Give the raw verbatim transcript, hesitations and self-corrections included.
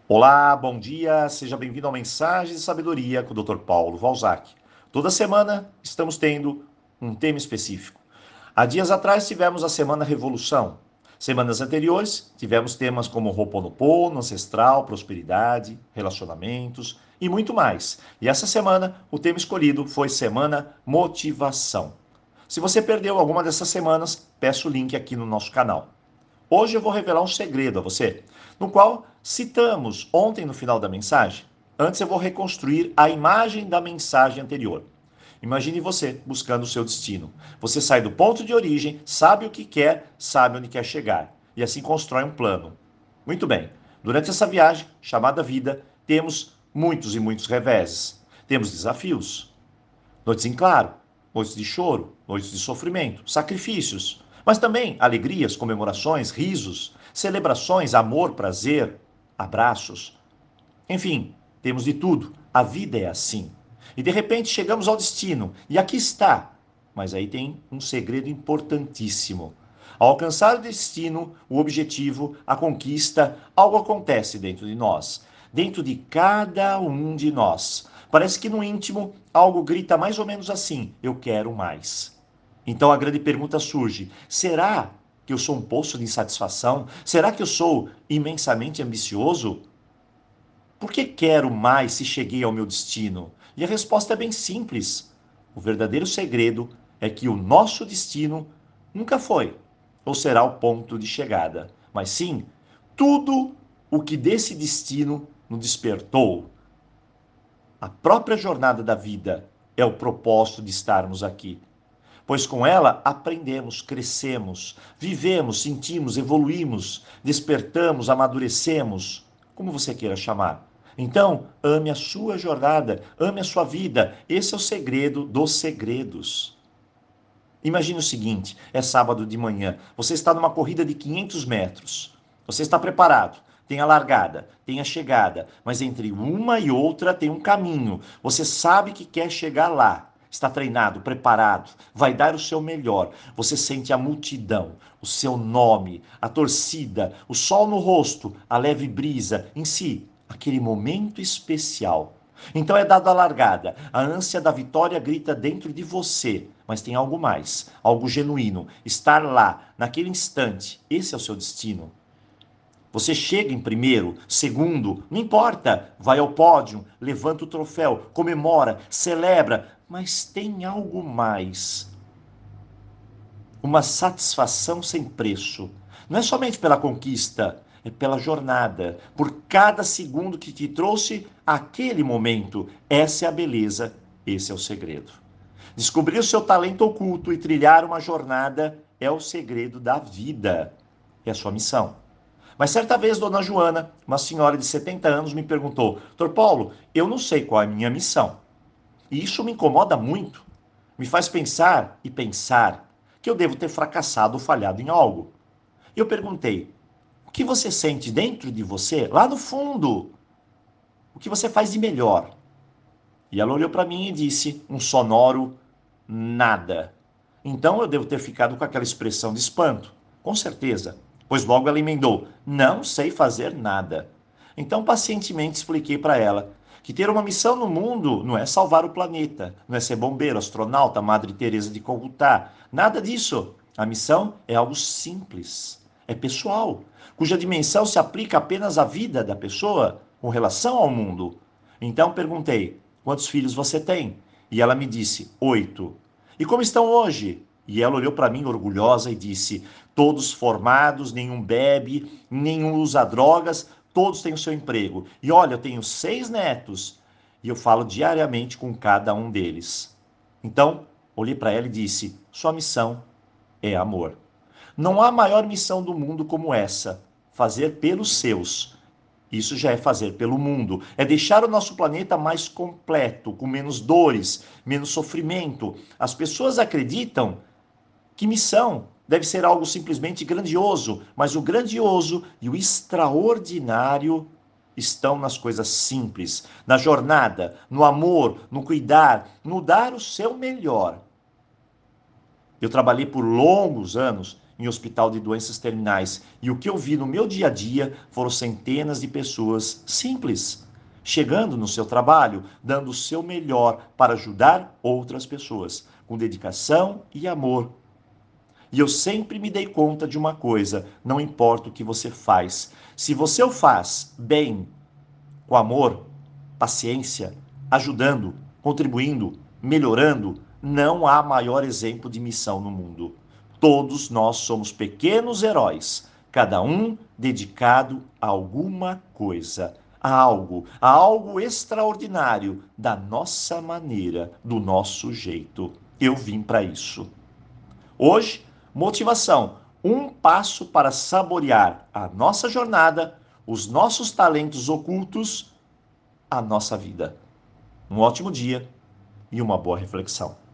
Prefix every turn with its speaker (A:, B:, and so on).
A: Olá, bom dia, seja bem-vindo ao Mensagem de Sabedoria com o doutor Paulo Valzac. Toda semana estamos tendo um tema específico. Há dias atrás tivemos a Semana Revolução. Semanas anteriores tivemos temas como Ho'oponopono, ancestral, prosperidade, relacionamentos e muito mais. E essa semana o tema escolhido foi Semana Motivação. Se você perdeu alguma dessas semanas, peço o link aqui no nosso canal. Hoje eu vou revelar um segredo a você, no qual citamos ontem no final da mensagem. Antes eu vou reconstruir a imagem da mensagem anterior. Imagine você buscando o seu destino. Você sai do ponto de origem, sabe o que quer, sabe onde quer chegar. E assim constrói um plano. Muito bem. Durante essa viagem, chamada vida, temos muitos e muitos reveses. Temos desafios. Noites em claro, noites de choro, noites de sofrimento, sacrifícios, mas também alegrias, comemorações, risos, celebrações, amor, prazer, abraços. Enfim, temos de tudo. A vida é assim. E de repente chegamos ao destino, e aqui está. Mas aí tem um segredo importantíssimo. Ao alcançar o destino, o objetivo, a conquista, algo acontece dentro de nós, dentro de cada um de nós. Parece que no íntimo algo grita mais ou menos assim: eu quero mais. Então a grande pergunta surge: será que eu sou um poço de insatisfação? Será que eu sou imensamente ambicioso? Por que quero mais se cheguei ao meu destino? E a resposta é bem simples. O verdadeiro segredo é que o nosso destino nunca foi ou será o ponto de chegada, mas sim tudo o que desse destino nos despertou. A própria jornada da vida é o propósito de estarmos aqui, pois com ela aprendemos, crescemos, vivemos, sentimos, evoluímos, despertamos, amadurecemos, como você queira chamar. Então, ame a sua jornada, ame a sua vida. Esse é o segredo dos segredos. Imagine o seguinte: é sábado de manhã, você está numa corrida de quinhentos metros. Você está preparado, tem a largada, tem a chegada, mas entre uma e outra tem um caminho. Você sabe que quer chegar lá. Está treinado, preparado, vai dar o seu melhor. Você sente a multidão, o seu nome, a torcida, o sol no rosto, a leve brisa, em si, aquele momento especial. Então é dada a largada, a ânsia da vitória grita dentro de você, mas tem algo mais, algo genuíno, estar lá, naquele instante, esse é o seu destino. Você chega em primeiro, segundo, não importa, vai ao pódio, levanta o troféu, comemora, celebra, mas tem algo mais. Uma satisfação sem preço. Não é somente pela conquista, é pela jornada, por cada segundo que te trouxe aquele momento. Essa é a beleza, esse é o segredo. Descobrir o seu talento oculto e trilhar uma jornada é o segredo da vida, é a sua missão. Mas certa vez, dona Joana, uma senhora de setenta anos, me perguntou: doutor Paulo, eu não sei qual é a minha missão. E isso me incomoda muito. Me faz pensar e pensar que eu devo ter fracassado ou falhado em algo. E eu perguntei: o que você sente dentro de você, lá no fundo? O que você faz de melhor? E ela olhou para mim e disse um sonoro nada. Então eu devo ter ficado com aquela expressão de espanto. Com certeza. Pois logo ela emendou: não sei fazer nada. Então pacientemente expliquei para ela que ter uma missão no mundo não é salvar o planeta, não é ser bombeiro, astronauta, Madre Teresa de Calcutá, nada disso. A missão é algo simples, é pessoal, cuja dimensão se aplica apenas à vida da pessoa com relação ao mundo. Então perguntei: quantos filhos você tem? E ela me disse: oito. E como estão hoje? E ela olhou para mim orgulhosa e disse: todos formados, nenhum bebe, nenhum usa drogas, todos têm o seu emprego. E olha, eu tenho seis netos e eu falo diariamente com cada um deles. Então, olhei para ela e disse: sua missão é amor. Não há maior missão do mundo como essa: fazer pelos seus. Isso já é fazer pelo mundo, é deixar o nosso planeta mais completo, com menos dores, menos sofrimento. As pessoas acreditam que missão deve ser algo simplesmente grandioso, mas o grandioso e o extraordinário estão nas coisas simples, na jornada, no amor, no cuidar, no dar o seu melhor. Eu trabalhei por longos anos em hospital de doenças terminais. E o que eu vi no meu dia a dia foram centenas de pessoas simples, chegando no seu trabalho, dando o seu melhor para ajudar outras pessoas, com dedicação e amor. E eu sempre me dei conta de uma coisa: não importa o que você faz, se você o faz bem, com amor, paciência, ajudando, contribuindo, melhorando, não há maior exemplo de missão no mundo. Todos nós somos pequenos heróis, cada um dedicado a alguma coisa, a algo, a algo extraordinário, da nossa maneira, do nosso jeito. Eu vim para isso. Hoje, motivação, um passo para saborear a nossa jornada, os nossos talentos ocultos, a nossa vida. Um ótimo dia e uma boa reflexão.